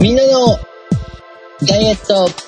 みんなのダイエット。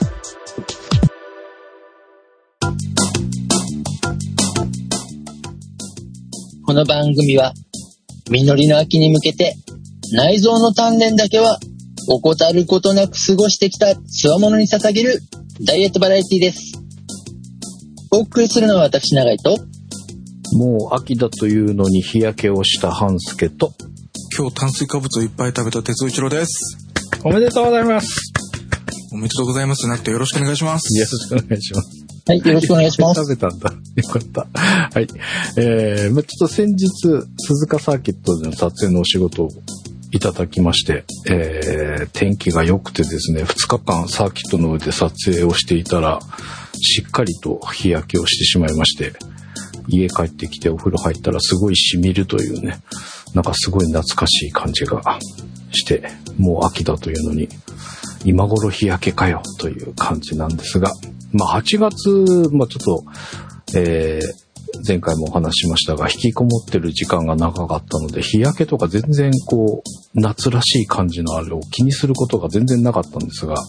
この番組は実りの秋に向けて内臓の鍛錬だけは怠ることなく過ごしてきた強者に捧げるダイエットバラエティです。お送りするのは私永井と、 もう秋だというのに日焼けをした半助と、 今日炭水化物をいっぱい食べた哲夫一郎です。 おめでとうございます。 おめでとうございますなくてよろしくお願いします。 よろしくお願いします。 はい、よろしくお願いします。 食べたんだ。よかった。はい。ちょっと先日鈴鹿サーキットでの撮影のお仕事をいただきまして、天気が良くてですね、2日間サーキットの上で撮影をしていたら、しっかりと日焼けをしてしまいまして、家帰ってきてお風呂入ったらすごい染みるというね、なんかすごい懐かしい感じがして、もう秋だというのに今頃日焼けかよという感じなんですが、8月、ちょっと、前回もお話ししましたが、引きこもってる時間が長かったので、日焼けとか全然こう夏らしい感じのあれを気にすることが全然なかったんですが、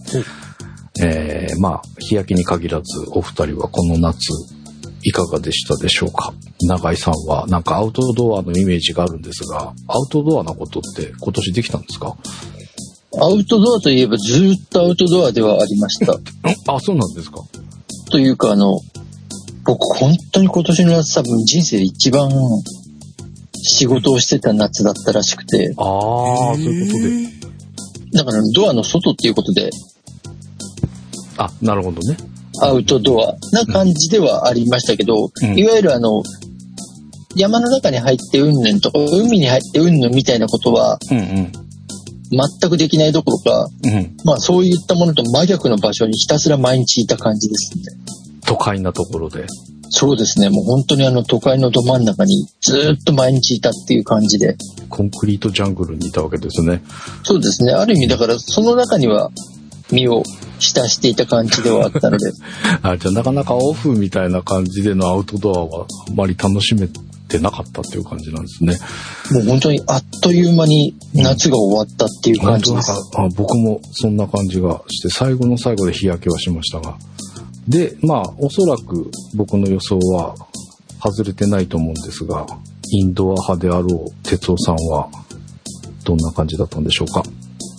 日焼けに限らずお二人はこの夏いかがでしたでしょうか。永井さんはなんかアウトドアのイメージがあるんですが、アウトドアなことって今年できたんですか？ アウトドアといえばずっとアウトドアではありました。 あ、そうなんですか。 というか僕本当に今年の夏多分人生で一番仕事をしてた夏だったらしくて。 そういうことで。 だからドアの外っていうことで。 あ、なるほどね。 アウトドアな感じではありましたけど、いわゆる山の中に入ってうんぬんとか海に入ってうんぬんみたいなことは、全くできないどころか、そういったものと真逆の場所にひたすら毎日いた感じですね。 都会なところで。 そうですね。もう本当に都会のど真ん中にずっと毎日いたっていう感じで。 コンクリートジャングルにいたわけですね。 そうですね。ある意味だからその中には身を浸していた感じではあったので。 じゃあなかなかオフみたいな感じでのアウトドアはあまり楽しめてなかったっていう感じなんですね。 もう本当にあっという間に夏が終わったっていう感じです。 僕もそんな感じがして、最後の最後で日焼けはしましたが。で、おそらく僕の予想は外れてないと思うんですが、インドア派であろう哲夫さんはどんな感じだったんでしょうか？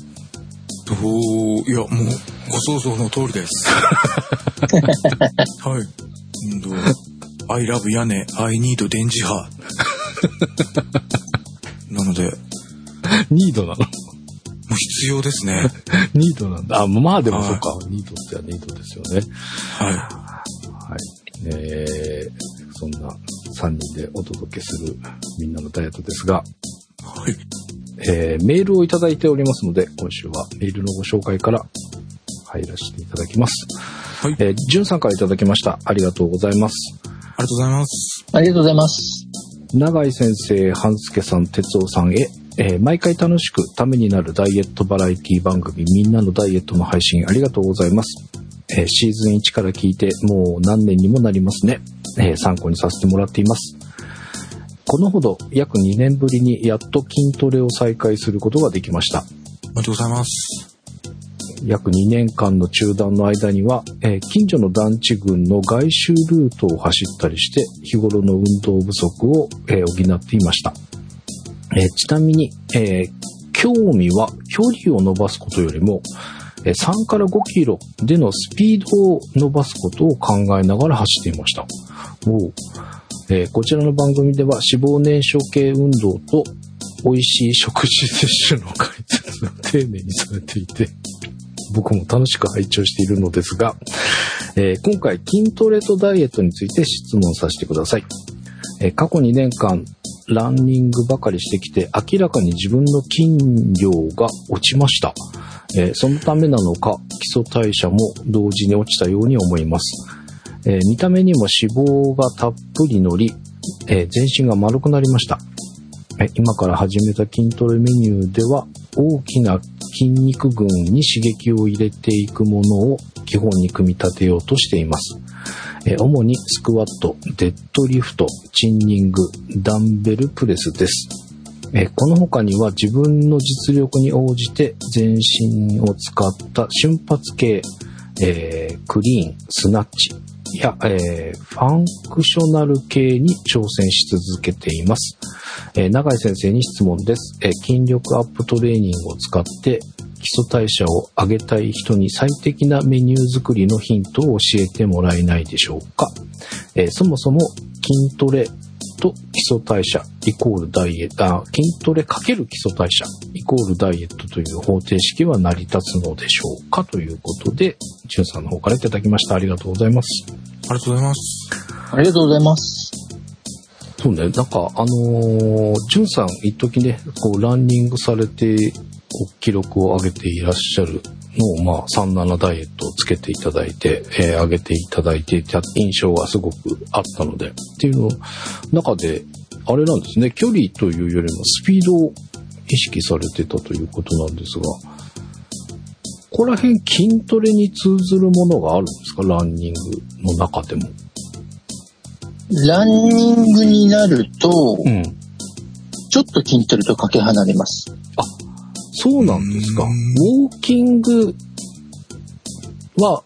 いや、もうご想像の通りです。はい。I love 屋根 I need 電磁波なのでニードなの？もう必要ですね。 ニードなんだ。でもそうか、ニードってはニードですよね。はい。そんな3人でお届けするみんなのダイエットですが、 はい。 メールをいただいておりますので、今週はメールのご紹介から入らせていただきます。はい。じゅんさんからいただきました。ありがとうございます。 ありがとうございます。 ありがとうございます。 永井先生、半助さん、哲夫さんへ、毎回楽しくためになるダイエットバラエティ番組みんなのダイエットの配信ありがとうございます。シーズン1から聞いてもう何年にもなりますね。参考にさせてもらっています。このほど約2年ぶりにやっと筋トレを再開することができました。 ありがとうございます。 約2年間の中断の間には、近所の団地群の外周ルートを走ったりして日頃の運動不足を、補っていました。ちなみに、興味は距離を伸ばすことよりも、3から5キロでのスピードを伸ばすことを考えながら走っていました。こちらの番組では脂肪燃焼系運動と美味しい食事摂取の解説を丁寧にされていて、僕も楽しく拝聴しているのですが、今回筋トレとダイエットについて質問させてください。過去2年間ランニングばかりしてきて明らかに自分の筋量が落ちました。そのためなのか基礎代謝も同時に落ちたように思います。見た目にも脂肪がたっぷり乗り、全身が丸くなりました。今から始めた筋トレメニューでは大きな筋肉群に刺激を入れていくものを基本に組み立てようとしています。主にスクワット、デッドリフト、チンニング、ダンベルプレスです。 この他には自分の実力に応じて全身を使った瞬発系、クリーン、スナッチや、ファンクショナル系に挑戦し続けています。永井先生に質問です。筋力アップトレーニングを使って基礎代謝を上げたい人に最適なメニュー作りのヒントを教えてもらえないでしょうか。そもそも筋トレと基礎代謝イコールダイエット、筋トレかける基礎代謝イコールダイエットという方程式は成り立つのでしょうか、ということで、じゅんさんの方からいただきました。ありがとうございます。 ありがとうございます。 ありがとうございます。 そうね、なんかじゅんさん一時ね、こうランニングされて記録を上げていらっしゃるのを、37ダイエットをつけていただいて、上げていただいていた印象がすごくあったので、っていうの中で、あれなんですね、距離というよりもスピードを意識されてたということなんですが、ここら辺筋トレに通ずるものがあるんですか、ランニングの中でも。 ランニングになると、ちょっと筋トレとかけ離れます。 あ、そうなんですか。ウォーキングは、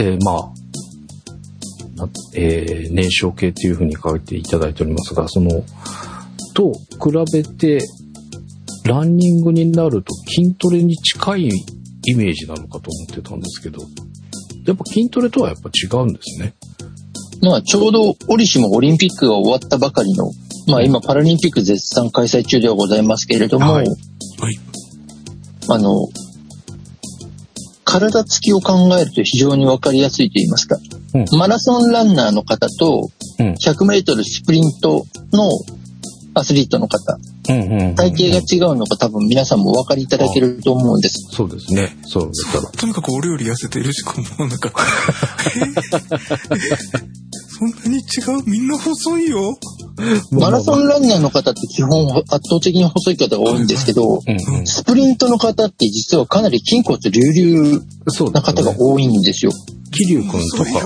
燃焼系というふうに書いていただいておりますが、と比べてランニングになると筋トレに近いイメージなのかと思ってたんですけど、やっぱ筋トレとはやっぱ違うんですね。 ちょうど折しもオリンピックが終わったばかりの、今パラリンピック絶賛開催中ではございますけれども、はい、体つきを考えると非常に分かりやすいと言いますか、マラソンランナーの方と100メートルスプリントのアスリートの方、体型が違うのが多分皆さんもお分かりいただけると思うんです。 そうですね。そうですから。 とにかく俺より痩せているしかもなんかそんなに違う？みんな細いよ。 マラソンランナーの方って基本圧倒的に細い方が多いんですけど、スプリントの方って実はかなり筋骨隆々な方が多いんですよ。 桐生くんとか。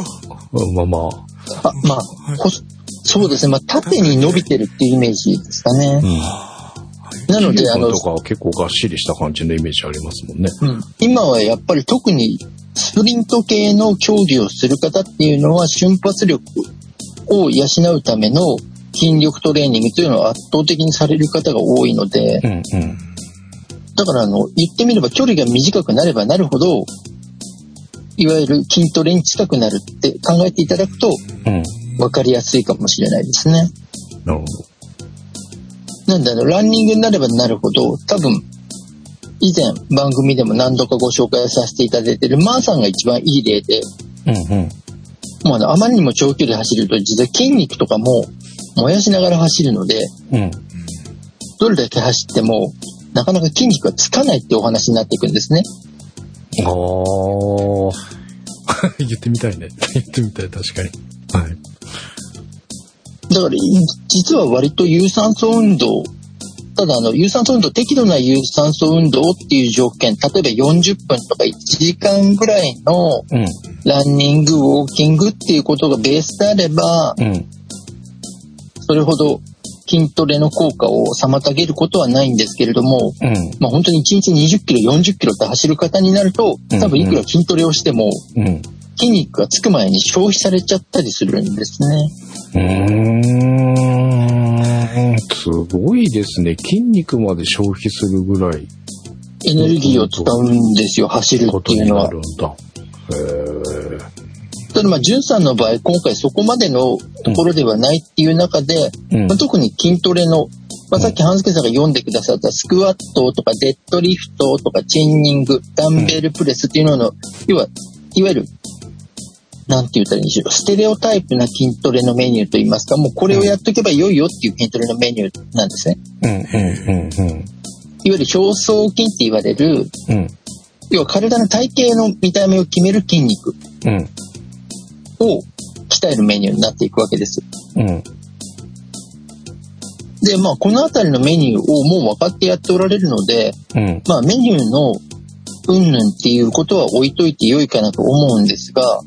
そうですね。縦に伸びてるっていうイメージですかね。なので桐生くんとかは結構がっしりした感じのイメージありますもんね。 今はやっぱり特にスプリント系の競技をする方っていうのは瞬発力を養うための筋力トレーニングというのを圧倒的にされる方が多いので、だから言ってみれば距離が短くなればなるほどいわゆる筋トレに近くなるって考えていただくと分かりやすいかもしれないですね。 なるほど。なんでランニングになればなるほど多分以前番組でも何度かご紹介させていただいているマーさんが一番いい例で、もうあまりにも長距離走ると実は筋肉とかも燃やしながら走るので、どれだけ走ってもなかなか筋肉がつかないってお話になっていくんですね。 言ってみたいね。言ってみたい、確かに。はい。 だから実は割と有酸素運動、ただ有酸素運動、適度な有酸素運動っていう条件、例えば40分とか1時間ぐらいのランニング、ウォーキングっていうことがベースであれば、それほど筋トレの効果を妨げることはないんですけれども、本当に1日20キロ、40キロって走る方になると、多分いくら筋トレをしても、筋肉がつく前に消費されちゃったりするんですね。 すごいですね。筋肉まで消費するぐらいエネルギーを使うんですよ、走るっていうのは。ただジュンさんの場合今回そこまでのところではないっていう中で、特に筋トレの、さっき半助さんが読んでくださったスクワットとかデッドリフトとかチンニング、ダンベルプレスっていうのの、いわゆるなんて言ったらいいんでしょう、ステレオタイプな筋トレのメニューといいますか、もうこれをやっとけば良いよっていう筋トレのメニューなんですね。いわゆる表層筋って言われる、要は体の体型の見た目を決める筋肉を鍛えるメニューになっていくわけです。で、このあたりのメニューをもう分かってやっておられるので、メニューの云々っていうことは置いといて良いかなと思うんですが、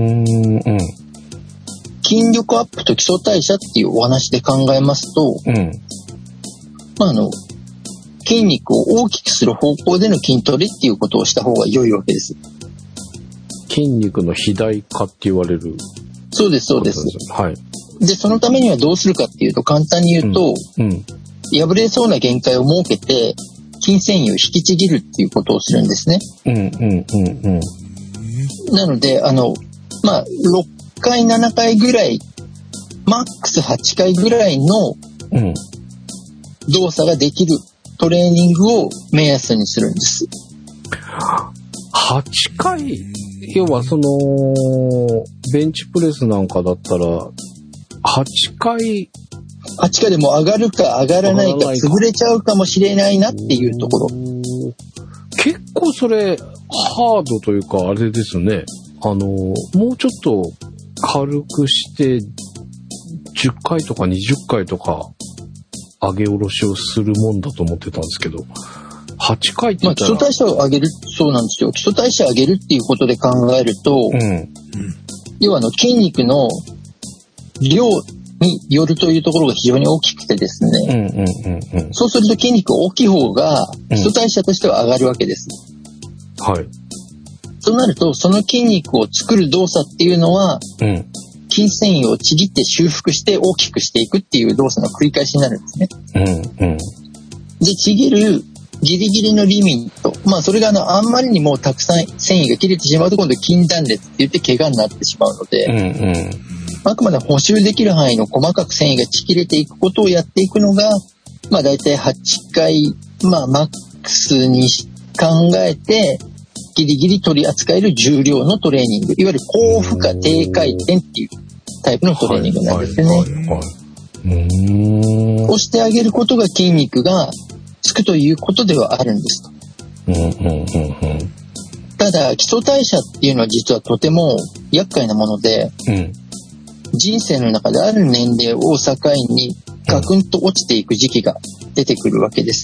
筋力アップと基礎代謝っていうお話で考えますと、 筋肉を大きくする方向での筋トレっていうことをした方が良いわけです。 筋肉の肥大化って言われる。 そうです、そうです。 はい。 で、そのためにはどうするかっていうと、簡単に言うと、破れそうな限界を設けて、筋繊維を引きちぎるっていうことをするんですね。なので、6回、7回ぐらい、マックス8回ぐらいの動作ができるトレーニングを目安にするんです。 8回、要はベンチプレスなんかだったら、8回でも上がるか上がらないか潰れちゃうかもしれないなっていうところ。 結構それハードというかあれですね。もうちょっと軽くして10回とか20回とか上げ下ろしをするもんだと思ってたんですけど、8回って言ったら、基礎代謝を上げる、そうなんですよ。基礎代謝を上げるっていうことで考えると、要は筋肉の量によるというところが非常に大きくてですね、そうすると筋肉が大きい方が基礎代謝としては上がるわけです。 はい。 となると、その筋肉を作る動作っていうのは、筋繊維をちぎって修復して大きくしていくっていう動作の繰り返しになるんですね。で、ちぎるギリギリのリミット、それがあんまりにもたくさん繊維が切れてしまうと今度筋断裂って言って怪我になってしまうので、あくまで補修できる範囲の細かく繊維がちぎれていくことをやっていくのが、だいたい8回、マックスに考えてギリギリ取り扱える重量のトレーニング、いわゆる高負荷低回転っていうタイプのトレーニングなんですよね。押してあげることが筋肉がつくということではあるんですと。ただ基礎代謝っていうのは実はとても厄介なもので、人生の中である年齢を境にガクンと落ちていく時期が出てくるわけです。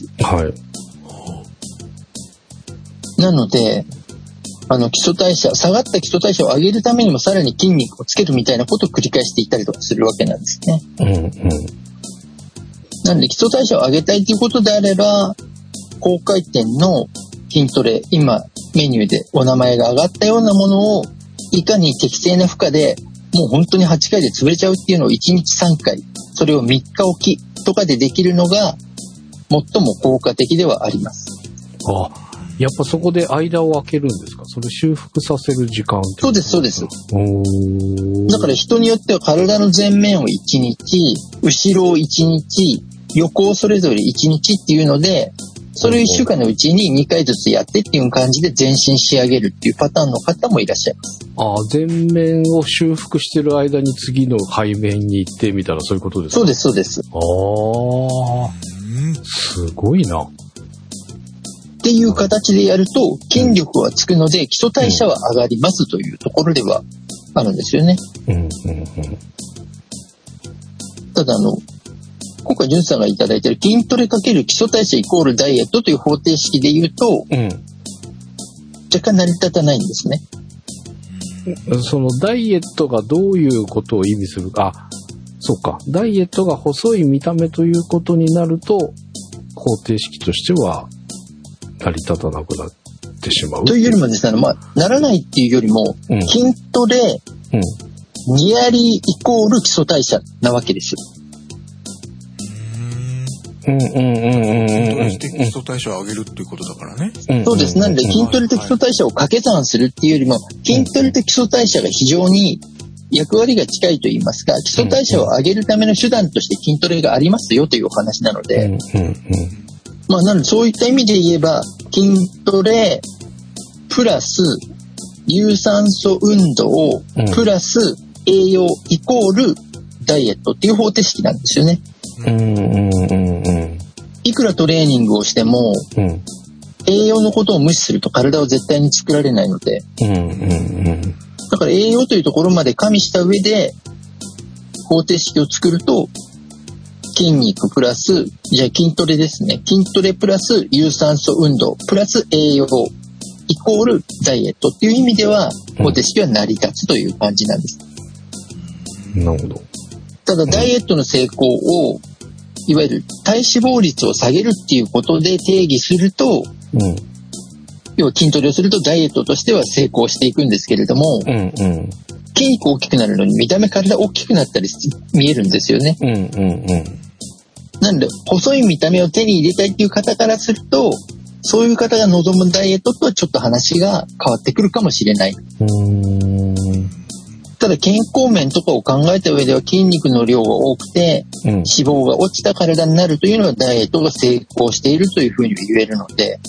なので基礎代謝、下がった基礎代謝を上げるためにもさらに筋肉をつけるみたいなことを繰り返していったりとかするわけなんですね。なので基礎代謝を上げたいということであれば、高回転の筋トレ、今メニューでお名前が上がったようなものをいかに適正な負荷でもう本当に8回で潰れちゃうっていうのを1日3回、それを3日おきとかでできるのが最も効果的ではあります。 やっぱそこで間を空けるんですか？それ修復させる時間って。 そうです、そうです。だから人によっては体の前面を1日、後ろを1日、横をそれぞれ1日っていうので、それを1週間のうちに2回ずつやってっていう感じで全身仕上げるっていうパターンの方もいらっしゃいます。 前面を修復してる間に次の背面に行ってみたらそういうことですか？ そうです、そうです。 すごいな。 っていう形でやると筋力はつくので基礎代謝は上がりますというところではあるんですよね。ただ今回ジュンさんがいただいている筋トレ×基礎代謝イコールダイエットという方程式で言うと、若干成り立たないんですね。 そのダイエットがどういうことを意味するか。そうか。ダイエットが細い見た目ということになると方程式としては成り立たなくなってしまう。 というよりもですね、ならないっていうよりも、筋トレ、ニアリーイコール基礎代謝なわけですよ。 基礎代謝を上げるっていうことだからね。 そうです。なんで筋トレと基礎代謝を掛け算するっていうよりも、筋トレと基礎代謝が非常に役割が近いと言いますか、基礎代謝を上げるための手段として筋トレがありますよというお話なので、なのでそういった意味で言えば筋トレプラス有酸素運動プラス栄養イコールダイエットっていう方程式なんですよね。いくらトレーニングをしても、栄養のことを無視すると体は絶対に作られないので、だから栄養というところまで加味した上で方程式を作ると、筋肉プラス、じゃあ筋トレですね。筋トレプラス有酸素運動プラス栄養イコールダイエットっていう意味では方程式は成り立つという感じなんです。 なるほど。 ただダイエットの成功をいわゆる体脂肪率を下げるっていうことで定義すると、要は筋トレをするとダイエットとしては成功していくんですけれども、筋肉大きくなるのに見た目体大きくなったり見えるんですよね。なんで細い見た目を手に入れたいっていう方からすると、そういう方が望むダイエットとはちょっと話が変わってくるかもしれない。ただ健康面とかを考えた上では筋肉の量が多くて、脂肪が落ちた体になるというのはダイエットが成功しているというふうに言えるので、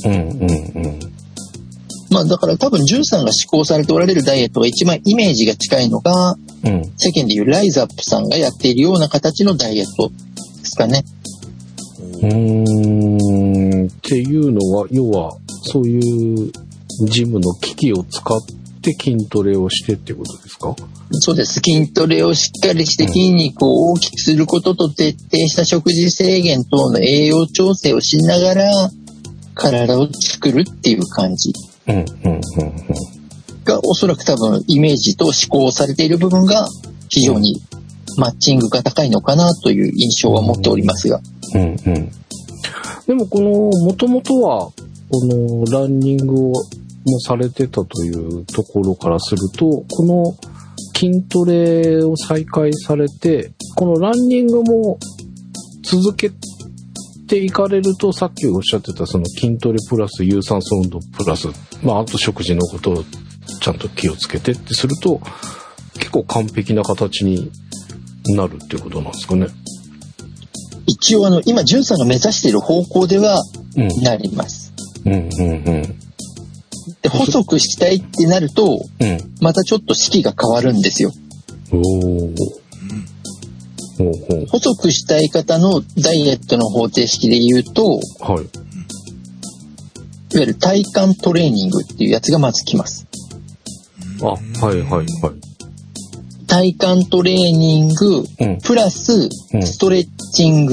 まあだから多分ジュンさんが施行されておられるダイエットが一番イメージが近いのが、世間でいうライズアップさんがやっているような形のダイエットですかね。 っていうのは、要はそういうジムの機器を使って筋トレをしてっていうことですか？ そうです。筋トレをしっかりして筋肉を大きくすることと徹底した食事制限等の栄養調整をしながら体を作るっていう感じがおそらく多分イメージと施行されている部分が非常にマッチングが高いのかなという印象は持っておりますが、 でもこの元々はこのランニングをもされてたというところからすると、この筋トレを再開されて、このランニングも続けていかれると、さっきおっしゃってたその筋トレプラス有酸素運動プラス、あと食事のことをちゃんと気をつけてってすると、結構完璧な形になるっていうことなんですかね。 一応今ジュンさんが目指している方向ではなります。で細くしたいってなると、またちょっと式が変わるんですよ。細くしたい方のダイエットの方程式で言うと、いわゆる体幹トレーニングっていうやつがまず来ます。体幹トレーニング、プラスストレッチング、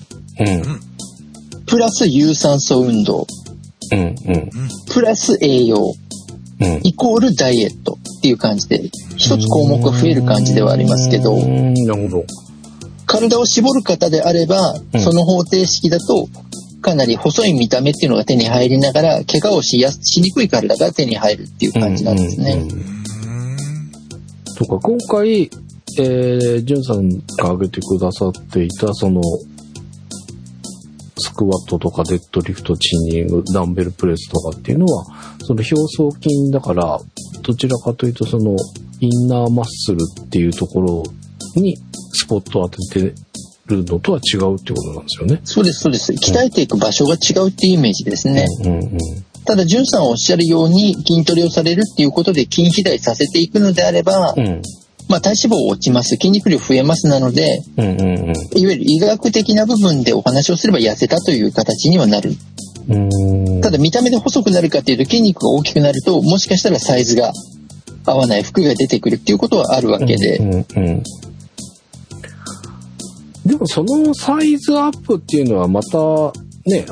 プラス有酸素運動、プラス栄養、イコールダイエットっていう感じで一つ項目が増える感じではありますけど、体を絞る方であれば、その方程式だとかなり細い見た目っていうのが手に入りながら、怪我をしにくい体が手に入るっていう感じなんですね。 とか今回、ジュンさんが挙げてくださっていたそのスクワットとかデッドリフト、チーニング、ダンベルプレスとかっていうのは、その表層筋だから、どちらかというとそのインナーマッスルっていうところにスポットを当ててるのとは違うっていうことなんですよね。 そうです、そうです。鍛えていく場所が違うっていうイメージですね。ただ、ジュンさんおっしゃるように筋トレをされるっていうことで筋肥大させていくのであれば、体脂肪落ちます、筋肉量増えますなので、いわゆる医学的な部分でお話をすれば痩せたという形にはなる。ただ見た目で細くなるかっていうと、筋肉が大きくなるともしかしたらサイズが合わない服が出てくるっていうことはあるわけで、 でもそのサイズアップっていうのはまたね、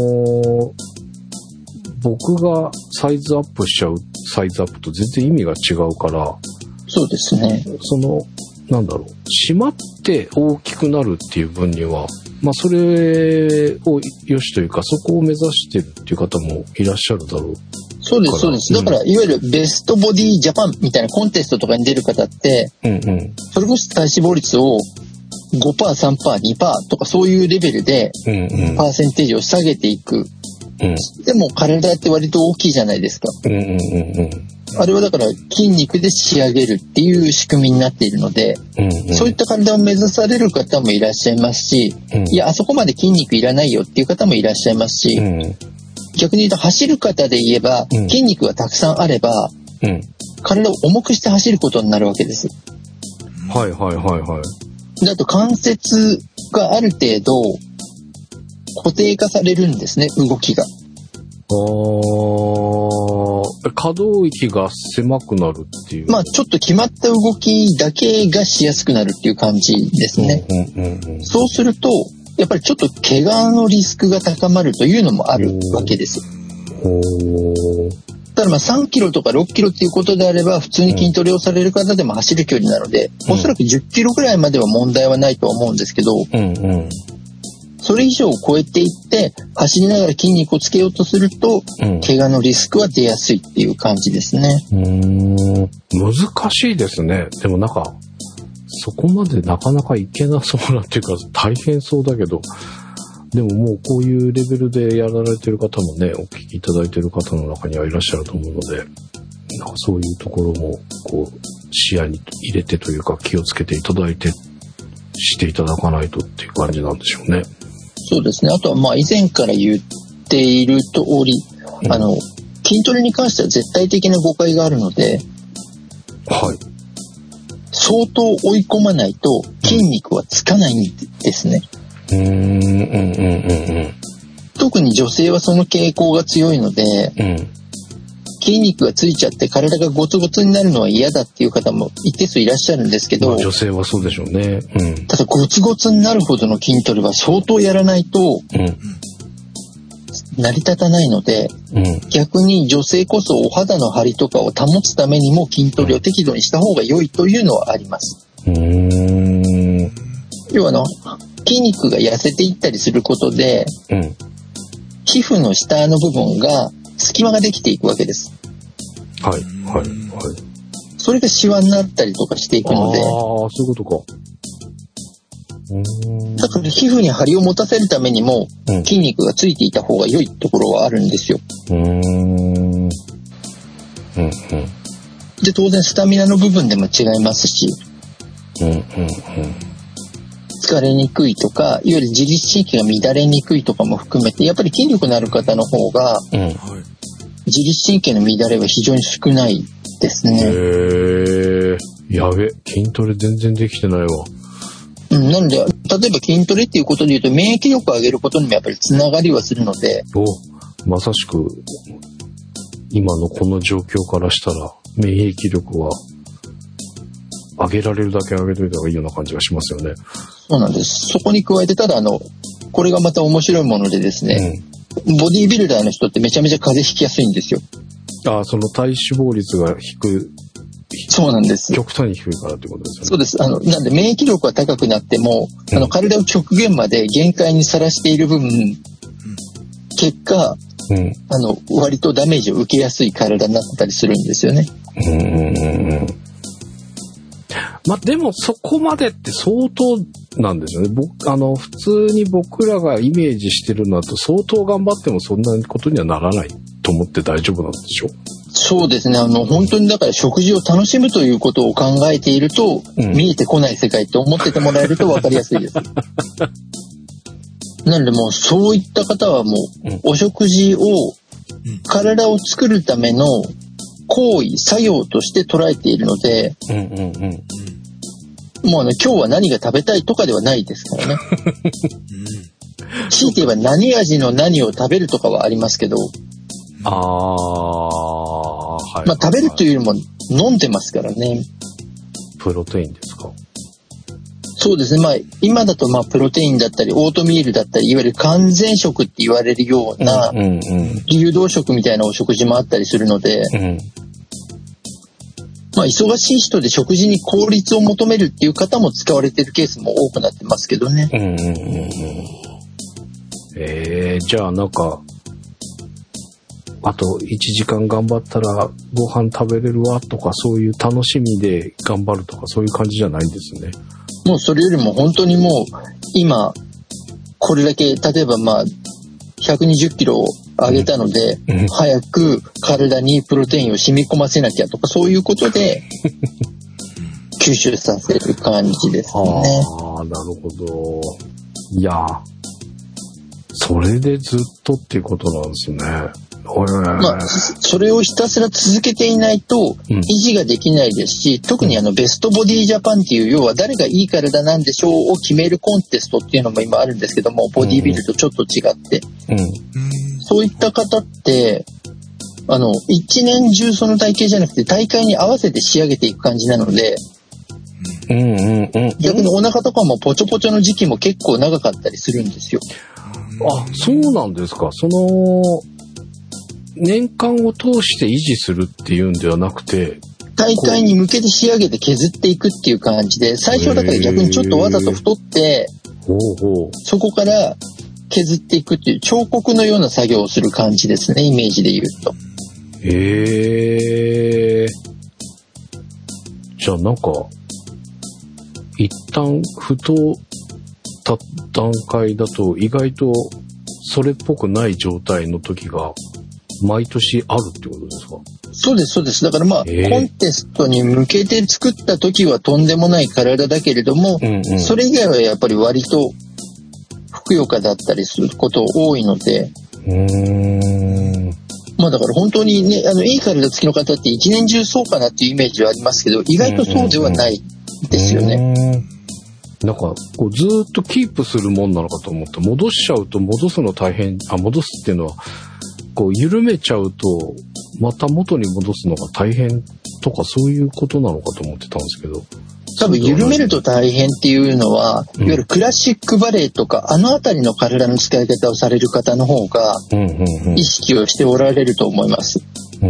僕がサイズアップしちゃうサイズアップと全然意味が違うから、 そうですね。 締まって大きくなるっていう分には、それを良しというか、そこを目指してるっていう方もいらっしゃるだろう。 そうです、そうです。だから、いわゆるベストボディジャパンみたいなコンテストとかに出る方って、それこそ体脂肪率を5%、3%、2% とかそういうレベルで、パーセンテージを下げていく。でも体って割と大きいじゃないですか。あれはだから筋肉で仕上げるっていう仕組みになっているので、そういった体を目指される方もいらっしゃいますし、いやあそこまで筋肉いらないよっていう方もいらっしゃいますし、逆に言うと走る方で言えば、筋肉がたくさんあれば、体を重くして走ることになるわけです。で、あと関節がある程度固定化されるんですね、動きが。 可動域が狭くなるっていう。 ちょっと決まった動きだけがしやすくなるっていう感じですね。そうすると、やっぱりちょっと怪我のリスクが高まるというのもあるわけです。ただ3キロとか6キロっていうことであれば、普通に筋トレをされる方でも走る距離なので、おそらく10キロぐらいまでは問題はないとは思うんですけど、 それ以上を超えていって走りながら筋肉をつけようとすると、怪我のリスクは出やすいっていう感じですね。 難しいですね。でもなんかそこまでなかなかいけなそうなっていうか大変そうだけど、でももうこういうレベルでやられてる方もね、お聞きいただいてる方の中にはいらっしゃると思うので、なんかそういうところもこう視野に入れてというか気をつけていただいてしていただかないとっていう感じなんでしょうね。 そうですね。あとはまあ以前から言っている通り、筋トレに関しては絶対的な誤解があるので、 はい。 相当追い込まないと筋肉はつかないんですね。特に女性はその傾向が強いので、筋肉がついちゃって体がゴツゴツになるのは嫌だっていう方も一定数いらっしゃるんですけど、 女性はそうでしょうね。 ただゴツゴツになるほどの筋トレは相当やらないと成り立たないので、逆に女性こそお肌の張りとかを保つためにも筋トレを適度にした方が良いというのはあります。要は筋肉が痩せていったりすることで、皮膚の下の部分が隙間ができていくわけです。 はいはいはい。 それがシワになったりとかしていくので、 そういうことか。 だから皮膚に張りを持たせるためにも筋肉がついていた方が良いところはあるんですよ。で当然スタミナの部分でも違いますし、疲れにくいとか、いわゆる自律神経が乱れにくいとかも含めて、やっぱり筋力のある方の方が、自律神経の乱れは非常に少ないですね。 やべ、筋トレ全然できてないわ。 なので、例えば筋トレっていうことで言うと、免疫力を上げることにもやっぱりつながりはするので。 まさしく、今のこの状況からしたら、免疫力は、上げられるだけ上げといた方がいいような感じがしますよね。 そうなんです。そこに加えて、ただこれがまた面白いものでですね、ボディービルダーの人ってめちゃめちゃ風邪ひきやすいんですよ。 その体脂肪率が低い。 そうなんです。 極端に低いからってことですよね。 そうです。なんで免疫力は高くなっても、体を極限まで限界にさらしている分、結果、割とダメージを受けやすい体になってたりするんですよね。 でもそこまでって相当なんですよね。普通に僕らがイメージしてるのだと相当頑張ってもそんなことにはならないと思って大丈夫なんでしょう。 そうですね。本当にだから食事を楽しむということを考えていると、見えてこない世界って思っててもらえると分かりやすいです。なのでもうそういった方はもうお食事を体を作るための行為、作業として捉えているので、もう今日は何が食べたいとかではないですからね。強いて言えば何味の何を食べるとかはありますけど、食べるというよりも飲んでますからね。 プロテインですか？ そうですね。今だとプロテインだったりオートミールだったり、いわゆる完全食って言われるような流動食みたいなお食事もあったりするので、忙しい人で食事に効率を求めるっていう方も使われているケースも多くなってますけどね。 じゃああと1時間頑張ったらご飯食べれるわとか、そういう楽しみで頑張るとか、そういう感じじゃないんですね。 もうそれよりも本当にもう今これだけ、例えば120キロを上げたので、早く体にプロテインを染み込ませなきゃとか、そういうことで吸収させる感じですね。 なるほど。いや、それでずっとっていうことなんですね。 それをひたすら続けていないと維持ができないですし、特にベストボディジャパンっていう、要は誰がいい体なんでしょうを決めるコンテストっていうのも今あるんですけども、ボディビルとちょっと違って、そういった方って一年中その体型じゃなくて大会に合わせて仕上げていく感じなので、逆にお腹とかもポチョポチョの時期も結構長かったりするんですよ。 そうなんですか。年間を通して維持するっていうんではなくて、 大会に向けて仕上げて削っていくっていう感じで、最初だから逆にちょっとわざと太って、そこから削っていくっていう彫刻のような作業をする感じですね、イメージで言うと。 じゃあなんか一旦ふとた段階だと意外とそれっぽくない状態の時が毎年あるってことですか？ そうですそうです。だからコンテストに向けて作った時はとんでもない体だけれども、それ以外はやっぱり割とふくよかだったりすること多いので、だから本当にね、いい体つきの方って一年中そうかなっていうイメージはありますけど、意外とそうではないですよね。 なんかこうずーっとキープするもんなのかと思って、戻しちゃうと戻すの大変、戻すっていうのはこう緩めちゃうとまた元に戻すのが大変とかそういうことなのかと思ってたんですけど、 多分緩めると大変っていうのは、いわゆるクラシックバレエとかあのあたりの体の使い方をされる方の方が意識をしておられると思います。 じ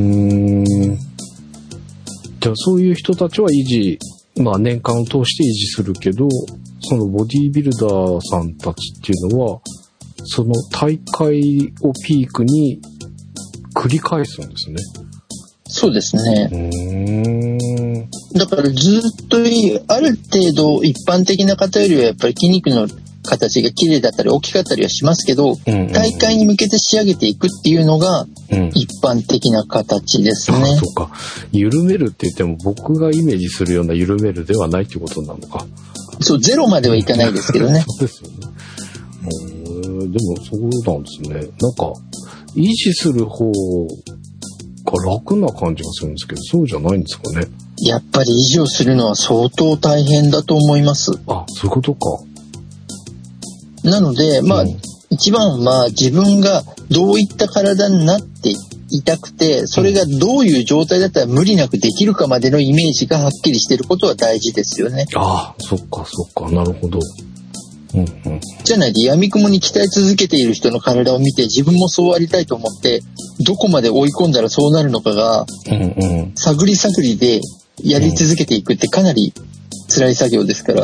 ゃあそういう人たちは維持、年間を通して維持するけど、そのボディービルダーさんたちっていうのはその大会をピークに繰り返すんですね。 そうですね。だからずっとある程度一般的な方よりはやっぱり筋肉の形が綺麗だったり大きかったりはしますけど、大会に向けて仕上げていくっていうのが一般的な形ですね。 そうか。緩めるって言っても僕がイメージするような緩めるではないってことなのか。 そう、ゼロまではいかないですけどね。 そうですよね。でもそうなんですね。なんか維持する方が楽な感じがするんですけど、そうじゃないんですかね。 やっぱり維持をするのは相当大変だと思います。 あ、そういうことか。 なので一番は自分がどういった体になっていたくて、それがどういう状態だったら無理なくできるかまでのイメージがはっきりしていることは大事ですよね。 ああ、そっかそっか、なるほど。 じゃないと闇雲に鍛え続けている人の体を見て自分もそうありたいと思ってどこまで追い込んだらそうなるのかが探り探りでやり続けていくってかなり辛い作業ですから。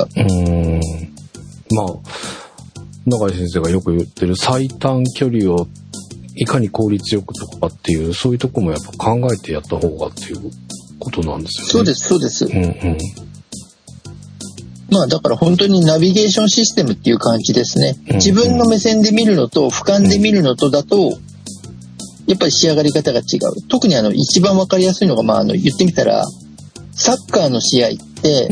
永井先生がよく言ってる最短距離をいかに効率よくとかっていうそういうとこもやっぱ考えてやった方がっていうことなんですよね。 そうですそうです。だから本当にナビゲーションシステムっていう感じですね。自分の目線で見るのと俯瞰で見るのとだとやっぱり仕上がり方が違う。特に一番わかりやすいのが言ってみたらサッカーの試合って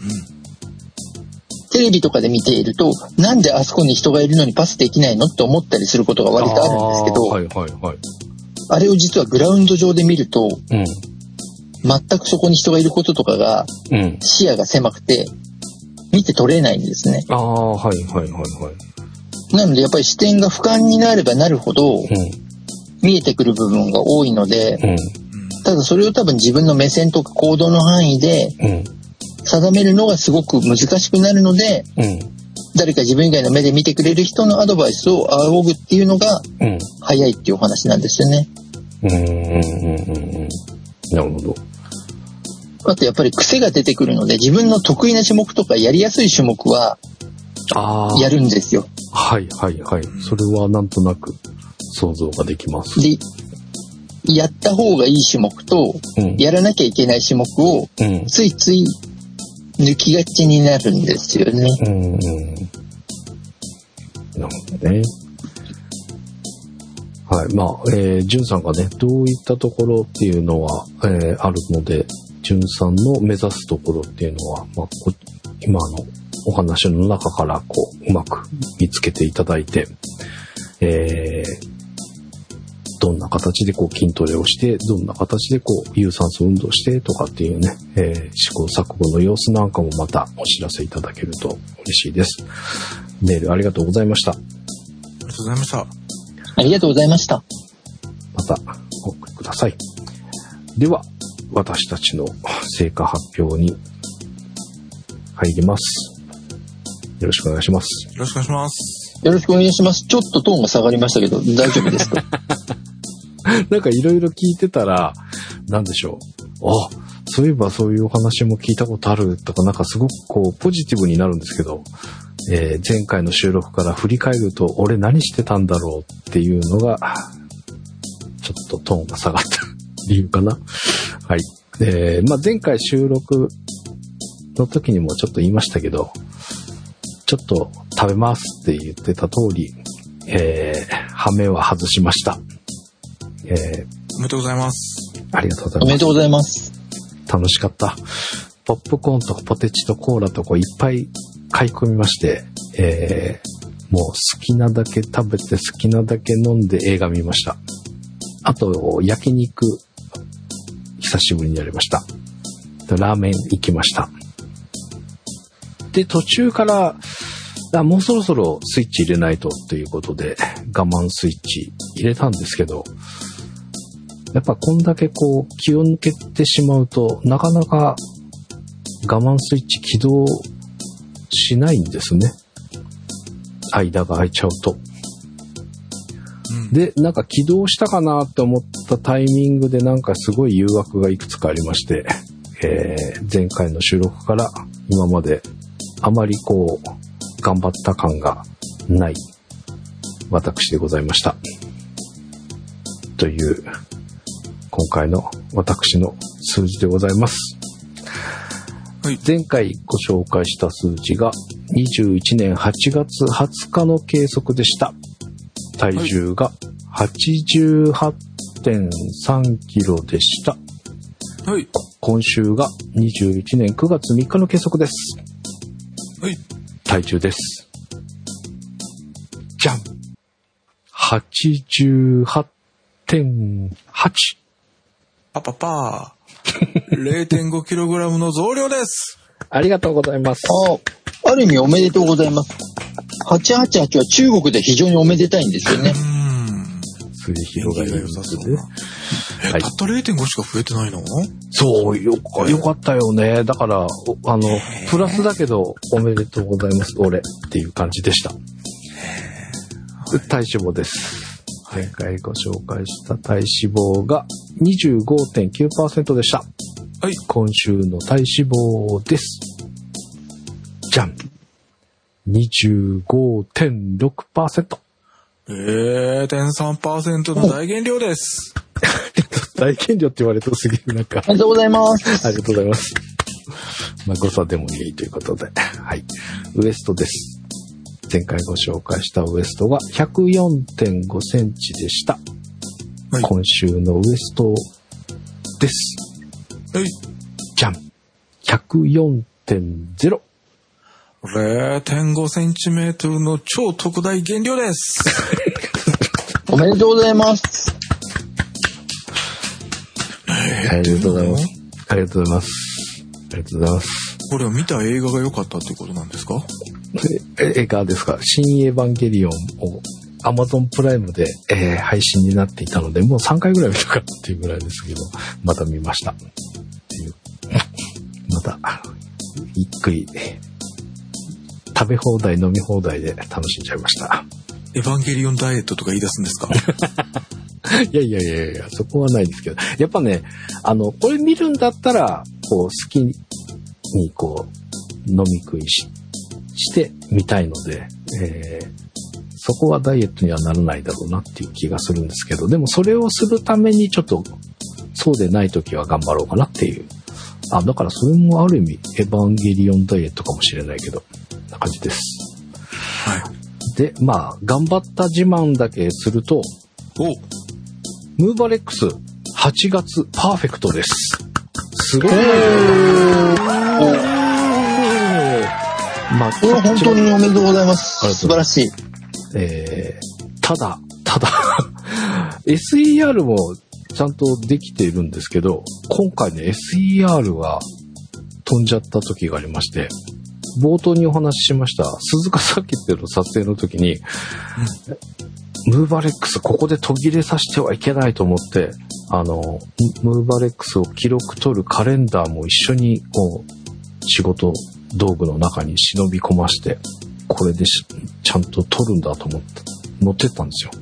テレビとかで見ているとなんであそこに人がいるのにパスできないのって思ったりすることが割とあるんですけど、あれを実はグラウンド上で見ると全くそこに人がいることとかが視野が狭くて見て取れないんですね。なのでやっぱり視点が俯瞰になればなるほど見えてくる部分が多いので、ただそれを多分自分の目線とか行動の範囲で定めるのがすごく難しくなるので、誰か自分以外の目で見てくれる人のアドバイスを仰ぐっていうのが早いっていうお話なんですよね。 なるほど。 あとやっぱり癖が出てくるので自分の得意な種目とかやりやすい種目はやるんですよ。それはなんとなく想像ができます。 でやった方がいい種目と、やらなきゃいけない種目をついつい抜きがちになるんですよね。 なるほどね。じゅんさんがねどういったところっていうのは、あるのでじゅんさんの目指すところっていうのは、今のお話の中からうまく見つけていただいて、どんな形で筋トレをしてどんな形で有酸素運動してとかっていうね、試行錯誤の様子なんかもまたお知らせいただけると嬉しいです。メールありがとうございました。 ありがとうございました。 ありがとうございました。 またお送りください。では私たちの成果発表に入ります。よろしくお願いします。 よろしくお願いします。 よろしくお願いします。ちょっとトーンが下がりましたけど大丈夫ですか？ なんかいろいろ聞いてたらなんでしょう。そういえばそういうお話も聞いたことあるとかなんかすごくポジティブになるんですけど、 前回の収録から振り返ると俺何してたんだろうっていうのがちょっとトーンが下がった理由かな。はい。前回収録の時にもちょっと言いましたけど、ちょっと食べますって言ってた通り、羽目は外しました。 おめでとうございます。 ありがとうございます。 おめでとうございます。 楽しかった。ポップコーンとポテチとコーラといっぱい買い込みまして、もう好きなだけ食べて好きなだけ飲んで映画見ました。あと焼肉久しぶりにやりました。ラーメン行きました。で途中からもうそろそろスイッチ入れないとということで我慢スイッチ入れたんですけど、やっぱこんだけこう気を抜けてしまうとなかなか我慢スイッチ起動しないんですね。間が空いちゃうと。で、なんか起動したかなって思ったタイミングでなんかすごい誘惑がいくつかありまして、前回の収録から今まであまりこう頑張った感がない私でございました。という今回の私の数字でございます。 はい、 前回ご紹介した数字が21年8月20日の計測でした。体重が 88.3 キロでした。 はい、 今週が21年9月3日の計測です。 はい、 体重です。じゃん 88.8 パパパー 0.5kg の増量です。 ありがとうございます。 ある意味おめでとうございます。888は中国で非常におめでたいんですよね。 すり広がりが良さそうで。 たった 0.5 しか増えてないの？ そう、よかったよね。だから、プラスだけど、おめでとうございます、俺っていう感じでした。体脂肪です。前回ご紹介した体脂肪が 25.9% でした。はい。今週の体脂肪です。じゃん。25.6%。 0.3% の大減量です。 大減量って言われるとすげえなんか。 ありがとうございます。 ありがとうございます。まあ誤差でもいいということで。はい。ウエストです。前回ご紹介したウエストが 104.5 センチでした。はい、今週のウエストです。 はい。 じゃん。104.0。 0.5 センチメートルの超特大減量です。 おめでとうございます。 ありがとうございます。ありがとうございます。ありがとうございます。 これは見た映画が良かったっていうことなんですか？ 映画ですか？新エヴァンゲリオンを Amazon プライムで、配信になっていたので、もう3回ぐらい見たかっていうぐらいですけど、また見ました。っていう。また、ゆっくり、食べ放題飲み放題で楽しんじゃいました。 エヴァンゲリオンダイエットとか言い出すんですか？ いや、そこはないですけど。やっぱね、これ見るんだったら、こう、好きに、こう、飲み食いしてみたいので、そこはダイエットにはならないだろうなっていう気がするんですけど、でもそれをするためにちょっと、そうでない時は頑張ろうかなっていう。だからそれもある意味、エヴァンゲリオンダイエットかもしれないけど、な感じです。 はい。 で、まあ、頑張った自慢だけすると、ムーバレックス8月パーフェクトです。すごい。まあ、 これは本当におめでとうございます。素晴らしい。 ただ、SER もちゃんとできているんですけど、今回ね、SER が飛んじゃった時がありまして、冒頭にお話ししました、鈴鹿サーキットの撮影の時に、ムーバレックスここで途切れさせてはいけないと思って、ムーバレックスを記録取るカレンダーも一緒にこう仕事道具の中に忍び込まして、これでちゃんと取るんだと思って持ってったんですよ。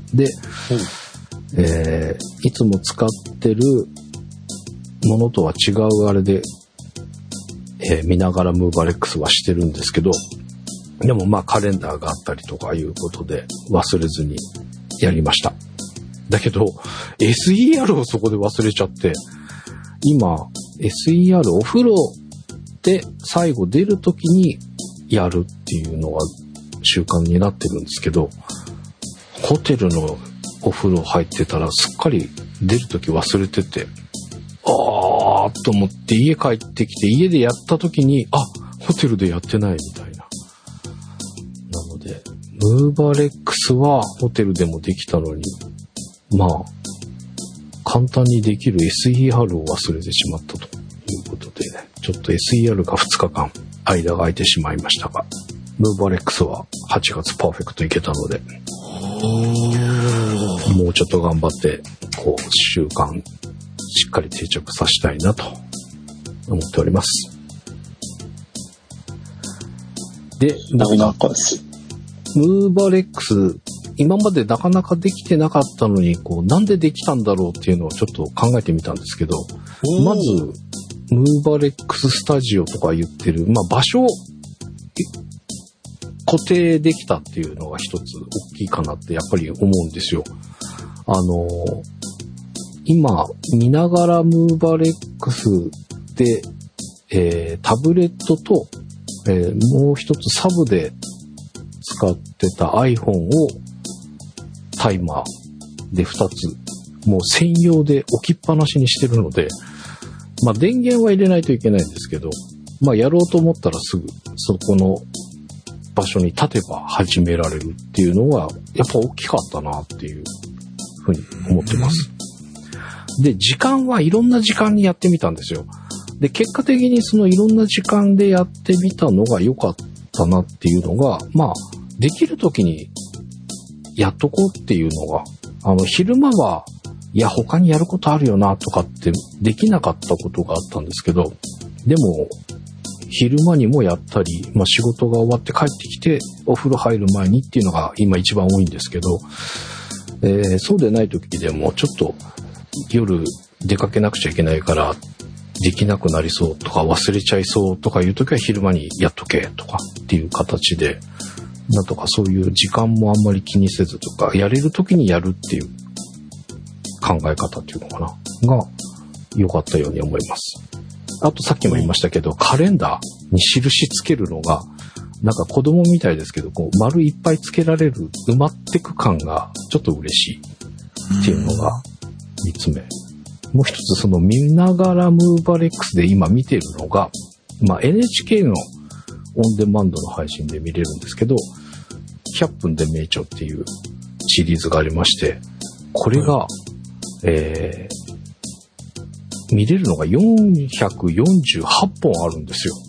で、いつも使ってるものとは違うあれで、見ながらムーバレックスはしてるんですけど、 でもまあカレンダーがあったりとかいうことで忘れずにやりました。だけど SER をそこで忘れちゃって、今 SER お風呂で最後出るときにやるっていうのが習慣になってるんですけど、ホテルのお風呂入ってたらすっかり出るとき忘れてて、あーと思って家帰ってきて家でやったときに、あ、ホテルでやってないみたいな。なのでムーバレックスはホテルでもできたのに、まあ簡単にできる SER を忘れてしまったということでね、ちょっと SER が2日間間が空いてしまいましたが、ムーバレックスは8月パーフェクトいけたので、もうちょっと頑張ってこう習慣しっかり定着させたいなと思っております。で、なんかムーバレックス今までなかなかできてなかったのに、こうなんでできたんだろうっていうのをちょっと考えてみたんですけど、まずムーバレックススタジオとか言ってる、まあ場所固定できたっていうのが一つ大きいかなってやっぱり思うんですよ。今見ながらムーバレックスで、タブレットと、もう一つサブで使ってた iPhone をタイマーで2つもう専用で置きっぱなしにしてるので、まあ電源は入れないといけないんですけど、まあやろうと思ったらすぐそこの場所に立てば始められるっていうのはやっぱ大きかったなっていうふうに思ってます。で、時間はいろんな時間にやってみたんですよ。で、結果的にそのいろんな時間でやってみたのが良かったなっていうのが、まあできる時にやっとこうっていうのが、昼間はいや他にやることあるよなとかってできなかったことがあったんですけど、でも昼間にもやったり、まあ仕事が終わって帰ってきてお風呂入る前にっていうのが今一番多いんですけど、そうでない時でもちょっと夜出かけなくちゃいけないからできなくなりそうとか忘れちゃいそうとかいう時は昼間にやっとけとかっていう形で、なんとかそういう時間もあんまり気にせずとか、やれる時にやるっていう考え方っていうのかなが良かったように思います。あとさっきも言いましたけど、カレンダーに印つけるのがなんか子供みたいですけど、こう丸いっぱいつけられる埋まってく感がちょっと嬉しいっていうのが3つ目。もう一つその見ながらムーバレックスで今見てるのが、まあ NHK のオンデマンドの配信で見れるんですけど、100分で名著っていうシリーズがありまして、これが、見れるのが448本あるんですよ。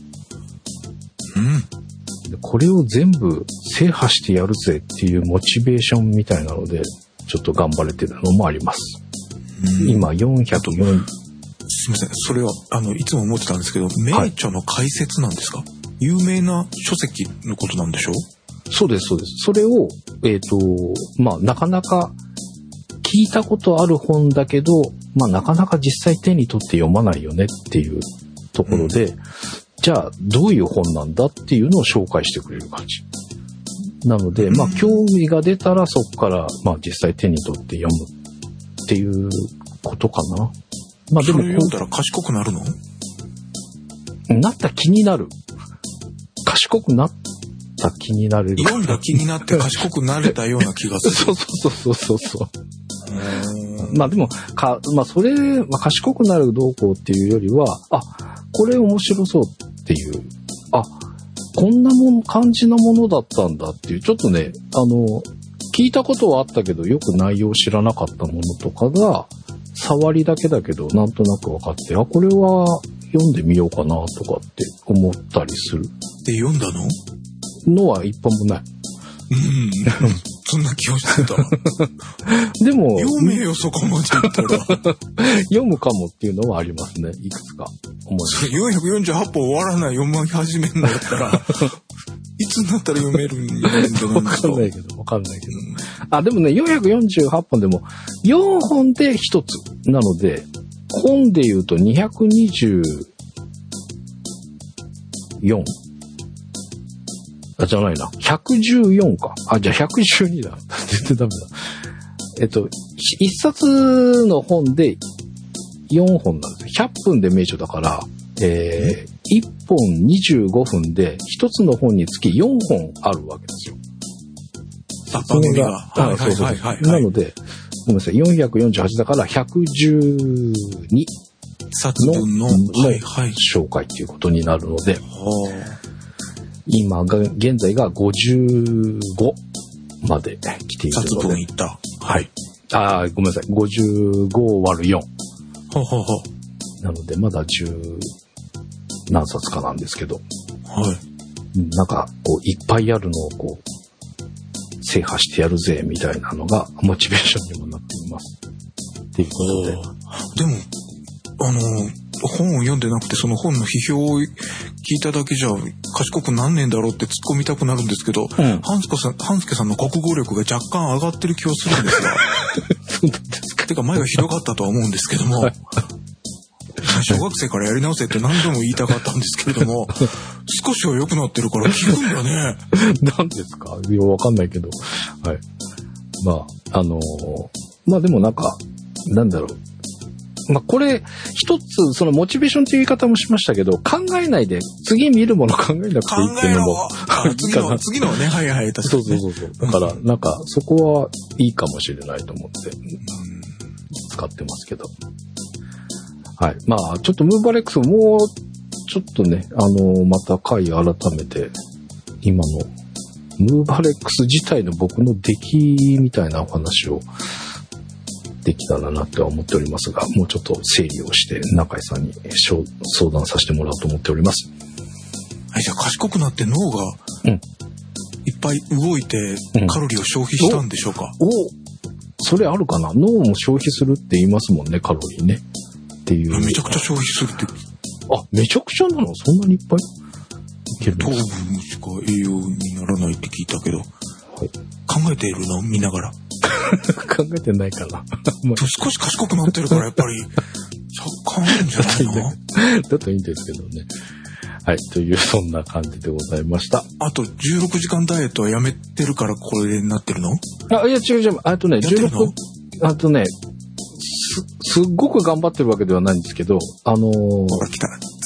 でこれを全部制覇してやるぜっていうモチベーションみたいなので、ちょっと頑張れてるのもあります。今404。すみません、それはいつも思ってたんですけど、名著の解説なんですか？有名な書籍のことなんでしょう？ そうです、そうです。それを、まあ、なかなか聞いたことある本だけど、まあ、なかなか実際手に取って読まないよねっていうところで、じゃあ、どういう本なんだっていうのを紹介してくれる感じ。なので、まあ、興味が出たらそこから、まあ、実際手に取って読むっていうことかな。まあ、でも、それ読んだら賢くなるの？ なった気になる。賢くなった気になれる。 読んだ気になって賢くなれたような気がする。 そう。まあでもまあそれ、まあ、賢くなるどうこうっていうよりは、これ面白そうっていう、こんな感じのものだったんだっていう、ちょっとね、聞いたことはあったけどよく内容を知らなかったものとかが触りだけだけどなんとなく分かって、これは読んでみようかなとかって思ったりする。 で、読んだのは一本もない。 そんな気がしてた。 でも読めよ、そこまで言ったら。 読むかもっていうのはありますね。いくつか思います。 448本終わらない読み始めるんだったらいつになったら読めるんじゃないですか。 わかんないけど。でもね、448本でも4本で1つなので、本で言うと224。 あ、じゃないな。114か。あ、じゃあ112だ。全然ダメだ。一冊の本で4本なんですよ。100分で名著だから、1本25分で1つの本につき4本あるわけですよ。 番組が。はいはいはいはい。 なので、ごめんなさい、448だから112 冊分の紹介ということになるので、今が、現在が55まで来ているので。 冊分いった。はい。 ああ、ごめんなさい、55割る4。 ほうほうほう。なので、まだ10何冊かなんですけど。 はい。 なんか、こう、いっぱいあるのをこう、制覇してやるぜ、みたいなのが、モチベーションにもなっています。っていうことで。 でも、本を読んでなくて、その本の批評を聞いただけじゃ、賢くなんねえんだろうって突っ込みたくなるんですけど、半助さんの国語力が若干上がってる気がするんですが。 そうなんですか。 てか、前がひどかったとは思うんですけども、小学生からやり直せって何度も言いたかったんですけれども、少しは良くなってるから聞くんだね。 何ですか？いや、わかんないけど。はい。まあ、まあでもなんか、なんだろう。まあこれ、一つ、そのモチベーションという言い方もしましたけど、考えないで、次見るもの考えなくていいっていうのも。 次のね、はいはい、確かに、ね。 そう。だから、なんか、そこはいいかもしれないと思って、使ってますけど。はい。まあ、ちょっとムーバレックスもう、ちょっとね、また回改めて、今の、ムーバレックス自体の僕の出来みたいなお話をできたらなっては思っておりますが、もうちょっと整理をして中井さんに相談させてもらおうと思っております。 はい、じゃあ賢くなって脳がいっぱい動いてカロリーを消費したんでしょうか？ それあるかな？脳も消費するって言いますもんね、カロリーね。っていう。 めちゃくちゃ消費するって。 あ、めちゃくちゃなの？そんなにいっぱいいけるんですか？ 糖分しか栄養にならないって聞いたけど、はい、考えているの見ながら。 考えてないかな。 少し賢くなってるからやっぱり若干あるんじゃないの？ だといいんですけどね。はい、というそんな感じでございました。 あと16時間ダイエットはやめてるからこれになってるの？ あ、いや違う。あとね、すっごく頑張ってるわけではないんですけど、ほら来た。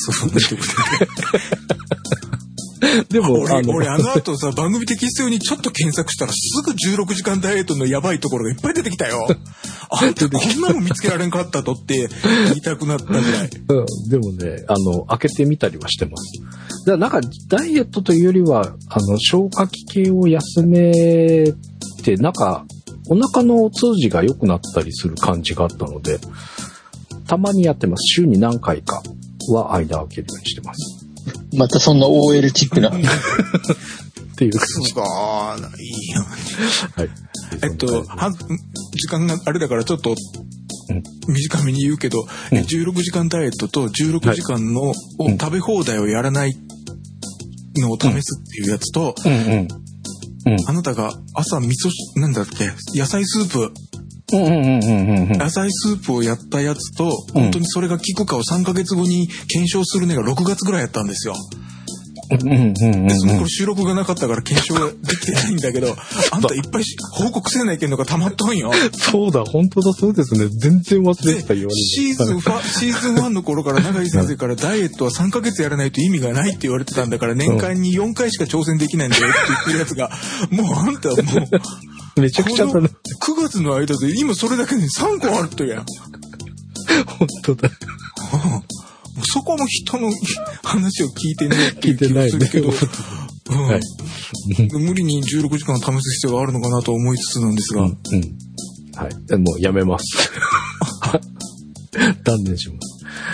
でも俺あの後さ、番組テキスト用にちょっと検索したらすぐ16時間ダイエットのやばいところがいっぱい出てきたよ。あんたこんなの見つけられんかったとって言いたくなったぐらい。 でもね、開けてみたりはしてます。だからなんかダイエットというよりは、消化器系を休めて、なんかお腹の通じが良くなったりする感じがあったので、たまにやってます。週に何回かは間を空けるようにしてます。 またそんな OL チックなっていう感じ。 すごいいいよ。 はい。 時間があれだからちょっと短めに言うけど、16時間ダイエットと16時間の食べ放題をやらないのを試すっていうやつと、あなたが朝なんだっけ、野菜スープ。野菜スープをやったやつと、本当にそれが効くかを3ヶ月後に検証するのが6月ぐらいやったんですよ。これ収録がなかったから検証ができてないんだけど、あんたいっぱい報告せないけんのがたまっとんよ。 そうだ、本当だ、そうですね。全然忘れてたように。 シーズン1の頃から永井先生からダイエットは3ヶ月やらないと意味がないって言われてたんだから、年間に4回しか挑戦できないんだよって言ってるやつが、もうあんたもう、 めちゃくちゃだな。9 月の間で今それだけで3個あるとや。 本当だ。 そこも人の話を聞いてねって聞いてないするけど、 はい、 無理に16時間試す必要があるのかなと思いつつなんですが、はい、 もうやめます。断念します。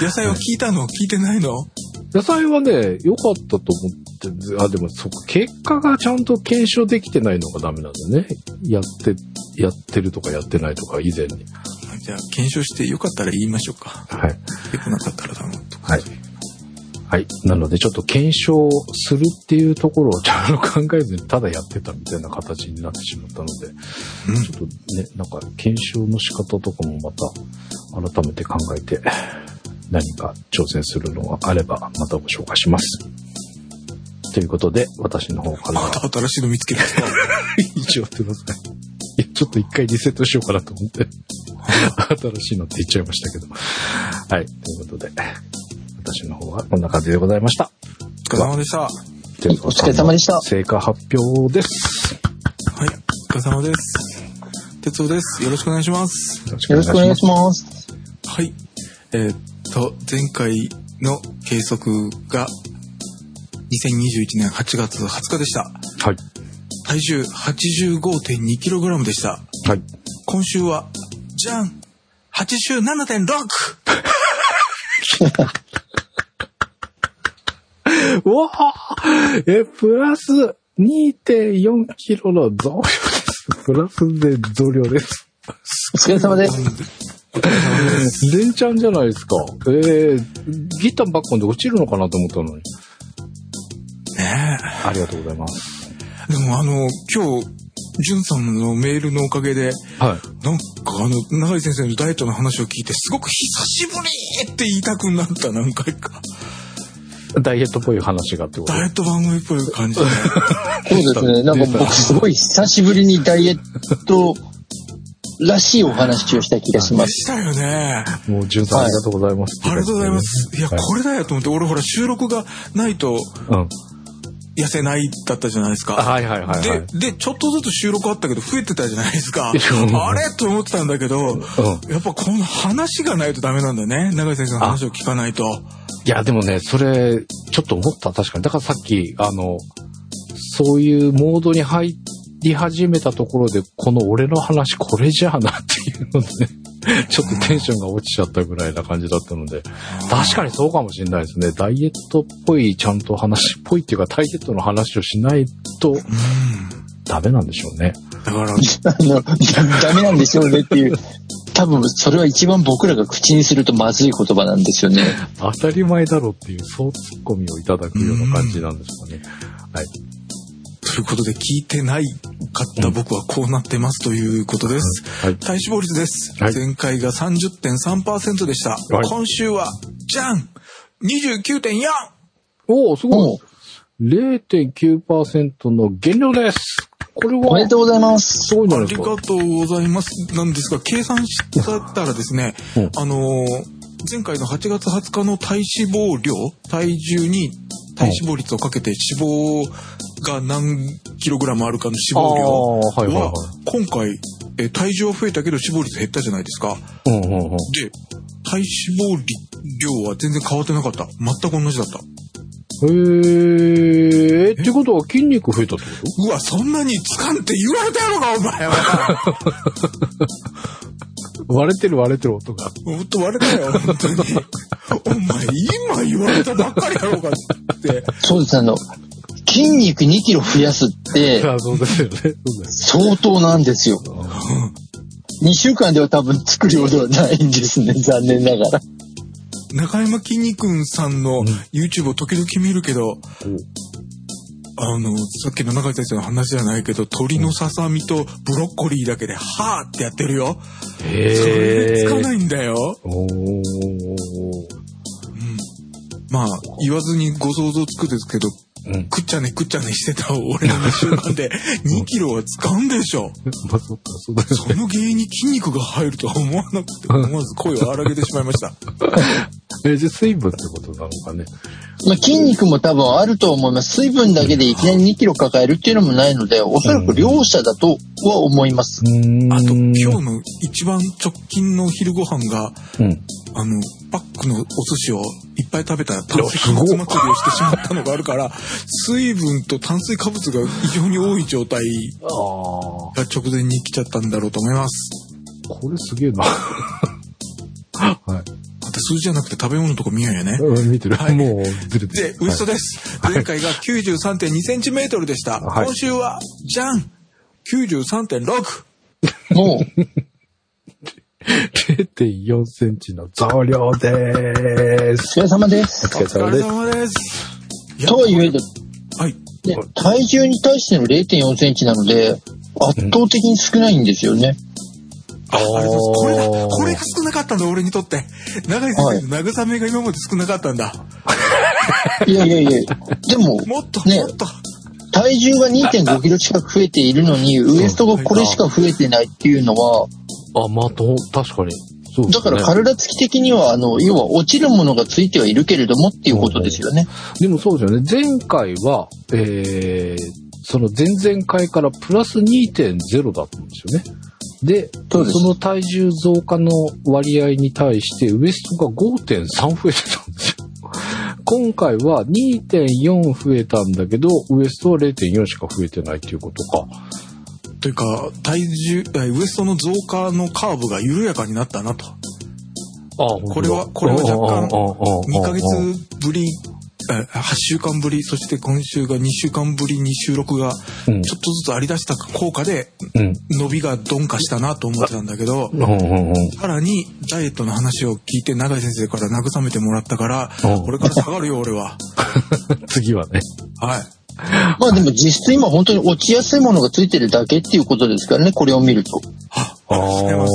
野菜は聞いたの？聞いてないの？ 野菜はね、良かったと思って、でも結果がちゃんと検証できてないのがダメなんだね。やってるとかやってないとか以前に。 じゃあ検証してよかったら言いましょうか。 はい。 良くなかったらダメとか。 はい。はい。なのでちょっと検証するっていうところをちゃんと考えずにただやってたみたいな形になってしまったので、ちょっとね、なんか検証の仕方とかもまた改めて考えて何か挑戦するのがあればまたご紹介します。 ということで、私の方からまた新しいの見つけました。 以上でございます。ちょっと一回リセットしようかなと思って、新しいのって言っちゃいましたけど。はい。ということで、私の方はこんな感じでございました。 お疲れ様でした。 お疲れ様でした。 成果発表です。 はい。お疲れ様です。哲夫です。よろしくお願いします。 よろしくお願いします。 はい。前回の計測が2021年8月20日でした。 はい。 体重 85.2kg でした。 はい。 今週は、じゃん !87.6! うわぁプラス 2.4 キロの増量です。プラスで増量です。 お疲れ様です。 連チャンじゃないですか。ギターバッコンで落ちるのかなと思ったのに。 ねえ。 ありがとうございます。 でも今日、じゅんさんのメールのおかげで、 はい。 なんか永井先生のダイエットの話を聞いて、すごく久しぶりって言いたくなった、何回か。 ダイエットっぽい話がってこと？ ダイエット番組っぽい感じで。 そうですね。なんか僕すごい久しぶりにダイエットらしいお話をした気がします。 したよね。 もう、じゅんさんありがとうございます。 ありがとうございます。いや、これだよと思って、俺ほら収録がないと、痩せないだったじゃないですか。 はいはいはい、はい。 で、ちょっとずつ収録あったけど増えてたじゃないですか。あれと思ってたんだけど、やっぱこの話がないとダメなんだね。永井先生の話を聞かないと。 いや、でもね、それ、ちょっと思った、確かに。だからさっき、そういうモードに入り始めたところで、この俺の話これじゃあなっていうので、ね、ちょっとテンションが落ちちゃったぐらいな感じだったので、確かにそうかもしれないですね。ダイエットっぽい、ちゃんと話っぽいっていうか、ダイエットの話をしないと、ダメなんでしょうね。 だから、 ダメなんでしょうねっていう。多分それは一番僕らが口にするとまずい言葉なんですよね。 当たり前だろうっていうそうツッコミをいただくような感じなんですかね。はい。 ということで聞いてないかった僕はこうなってますということです。はい、体脂肪率です。はい、前回が 30.3% でした。はい、今週はじゃん 29.4! おおすごい。0.9% の減量です。これはおめでとうございます。 すごいじゃないですか。 ありがとうございます。なんですが、計算したらですね、前回の8月20日の体脂肪量、体重に体脂肪率をかけて脂肪が何キログラムあるかの脂肪量は、今回、体重は増えたけど脂肪率減ったじゃないですか。で、体脂肪量は全然変わってなかった。全く同じだった。 ってことは筋肉増えたってこと？ うわ、そんなにつかんって言われたやろか、お前は。 割れてる音が。 ほんと割れたよ、本当に。お前、今言われたばっかりやろうかって。 そうです、筋肉2キロ増やすって、 そうですよね。 相当なんですよ。2週間では多分作るようではないんですね、残念ながら。 中山きんに君さんの YouTube を時々見るけど、さっきの中井先生の話じゃないけど、鶏のささみとブロッコリーだけではーってやってるよ。それでつかないんだよ。まあ言わずにご想像つくですけど、くっちゃねしてた俺の2週間で2キロは使うんでしょ。その原因に筋肉が入るとは思わなくて、思わず声を荒げてしまいました。 じゃあ水分ってことなのかね。 筋肉も多分あると思います。水分だけでいきなり2キロ抱えるっていうのもないので、おそらく両者だとは思います。 あと今日の一番直近の昼ご飯が、パックのお寿司をいっぱい食べた炭水化物祭りをしてしまったのがあるから、水分と炭水化物が異常に多い状態が直前に来ちゃったんだろうと思います。 これすげえな。はい。 数字じゃなくて食べ物のとこ見ようよね。 見てる。はい、もうずれてる。で、ウエストです。はい、前回が 93.2 センチメートルでした。はい、今週は、じゃん !93.6! もう、 0.4 センチの増量でーす。 お疲れ様です。 お疲れ様です。 とはいえ、 はい。 体重に対しての 0.4 センチなので、圧倒的に少ないんですよね。これが少なかったんだ、俺にとって。永井先生の慰めが今まで少なかったんだ。 いや。でも、 もっと。 体重が 2.5 キロ近く増えているのに、ウエストがこれしか増えてないっていうのは、 確かに。そうですね。 だから体つき的には、要は落ちるものがついてはいるけれどもっていうことですよね。 でもそうですよね。前回は、その前々回からプラス 2.0 だったんですよね。で、その体重増加の割合に対してウエストが 5.3 増えてたんですよ。今回は 2.4 増えたんだけど、ウエストは 0.4 しか増えてないっていうことか。 というか、ウエストの増加のカーブが緩やかになったなと。これは若干、2ヶ月ぶり、8週間ぶり、そして今週が2週間ぶりに収録がちょっとずつあり出した効果で、伸びが鈍化したなと思ってたんだけど、さらにダイエットの話を聞いて永井先生から慰めてもらったから、これから下がるよ俺は。 次はね。 はい。 まあでも実質今本当に落ちやすいものがついてるだけっていうことですからね、これを見ると。 ありがとうございます。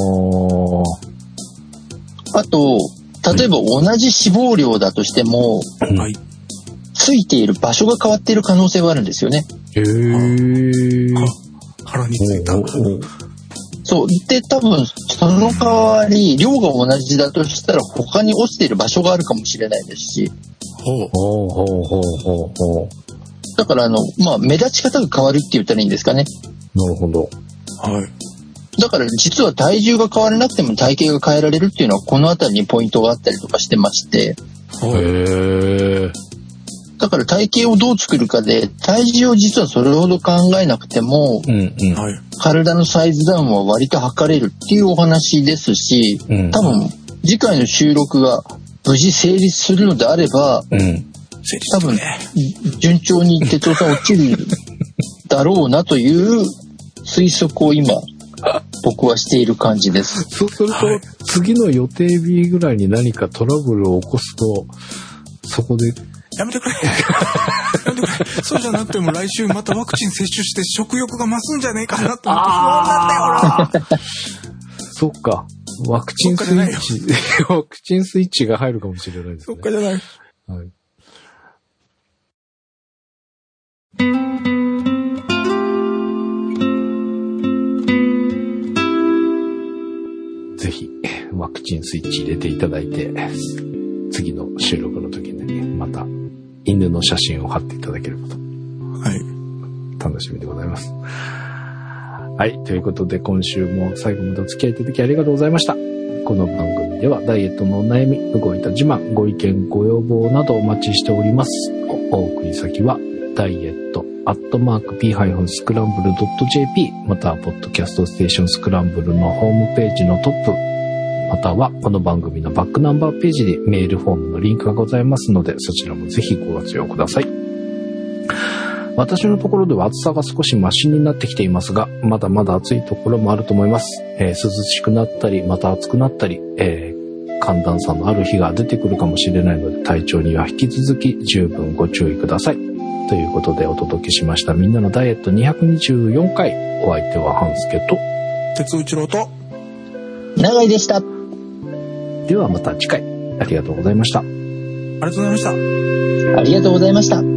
あと、例えば同じ脂肪量だとしても、ついている場所が変わっている可能性はあるんですよね。 腹についた。 そう。で、多分、その代わり、量が同じだとしたら他に落ちている場所があるかもしれないですし。だから目立ち方が変わるって言ったらいいんですかね。 なるほど。 はい。 だから実は体重が変わらなくても体型が変えられるっていうのはこのあたりにポイントがあったりとかしてまして。だから体型をどう作るかで体重を実はそれほど考えなくても、体のサイズダウンは割と測れるっていうお話ですし、多分次回の収録が無事成立するのであれば、多分順調に哲夫さん落ちるだろうなという推測を今僕はしている感じです。 そうすると、次の予定日ぐらいに何かトラブルを起こすとそこでやめてくれそうじゃなくても来週またワクチン接種して食欲が増すんじゃねえかなと思って不安なんだよ俺は。 そっか、ワクチンスイッチが入るかもしれないですね。 そっかじゃない。はい。 ぜひワクチンスイッチ入れていただいて、次の収録の時にまた犬の写真を貼っていただければと。 はい。 楽しみでございます。はい。ということで今週も最後までお付き合いいただきありがとうございました。この番組ではダイエットのお悩み、動いた自慢、ご意見、ご要望などお待ちしております。お送り先はダイエット@p-scramble.jp またはポッドキャストステーションスクランブルのホームページのトップまたはこの番組のバックナンバーページでメールフォームのリンクがございますのでそちらもぜひご活用ください。私のところでは暑さが少しマシになってきていますがまだまだ暑いところもあると思います。涼しくなったりまた暑くなったり、寒暖差のある日が出てくるかもしれないので体調には引き続き十分ご注意ください。ということでお届けしましたみんなのダイエット224回。お相手は半助と哲夫一郎と永井でした。 ではまた次回ありがとうございました。 ありがとうございました。 ありがとうございました。